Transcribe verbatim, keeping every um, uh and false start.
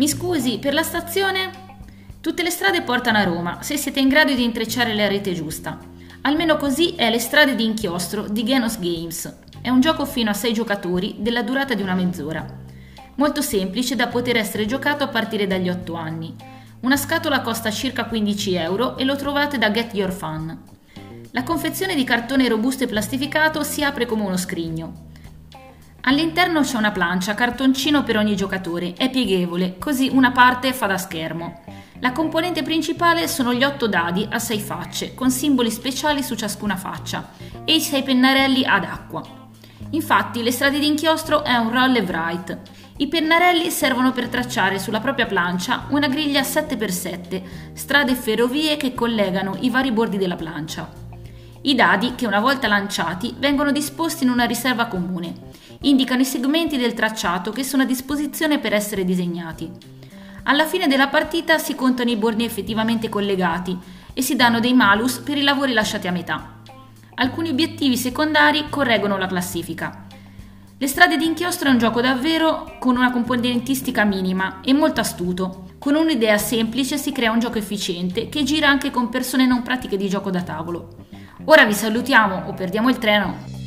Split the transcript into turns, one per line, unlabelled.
Mi scusi, per la stazione? Tutte le strade portano a Roma, se siete in grado di intrecciare la rete giusta. Almeno così è Le strade di inchiostro di Genos Games. È un gioco fino a sei giocatori della durata di una mezz'ora. Molto semplice da poter essere giocato a partire dagli otto anni. Una scatola costa circa quindici euro e lo trovate da Get Your Fun. La confezione di cartone robusto e plastificato si apre come uno scrigno. All'interno c'è una plancia, cartoncino per ogni giocatore, è pieghevole, così una parte fa da schermo. La componente principale sono gli otto dadi a sei facce, con simboli speciali su ciascuna faccia, e i sei pennarelli ad acqua. Infatti, Le strade di inchiostro è un roll and write. I pennarelli servono per tracciare sulla propria plancia una griglia sette per sette, strade e ferrovie che collegano i vari bordi della plancia. I dadi, che una volta lanciati, vengono disposti in una riserva comune. Indicano i segmenti del tracciato che sono a disposizione per essere disegnati. Alla fine della partita si contano i bordi effettivamente collegati e si danno dei malus per i lavori lasciati a metà. Alcuni obiettivi secondari correggono la classifica. Le strade di inchiostro è un gioco davvero con una componentistica minima e molto astuto. Con un'idea semplice si crea un gioco efficiente che gira anche con persone non pratiche di gioco da tavolo. Ora vi salutiamo o perdiamo il treno.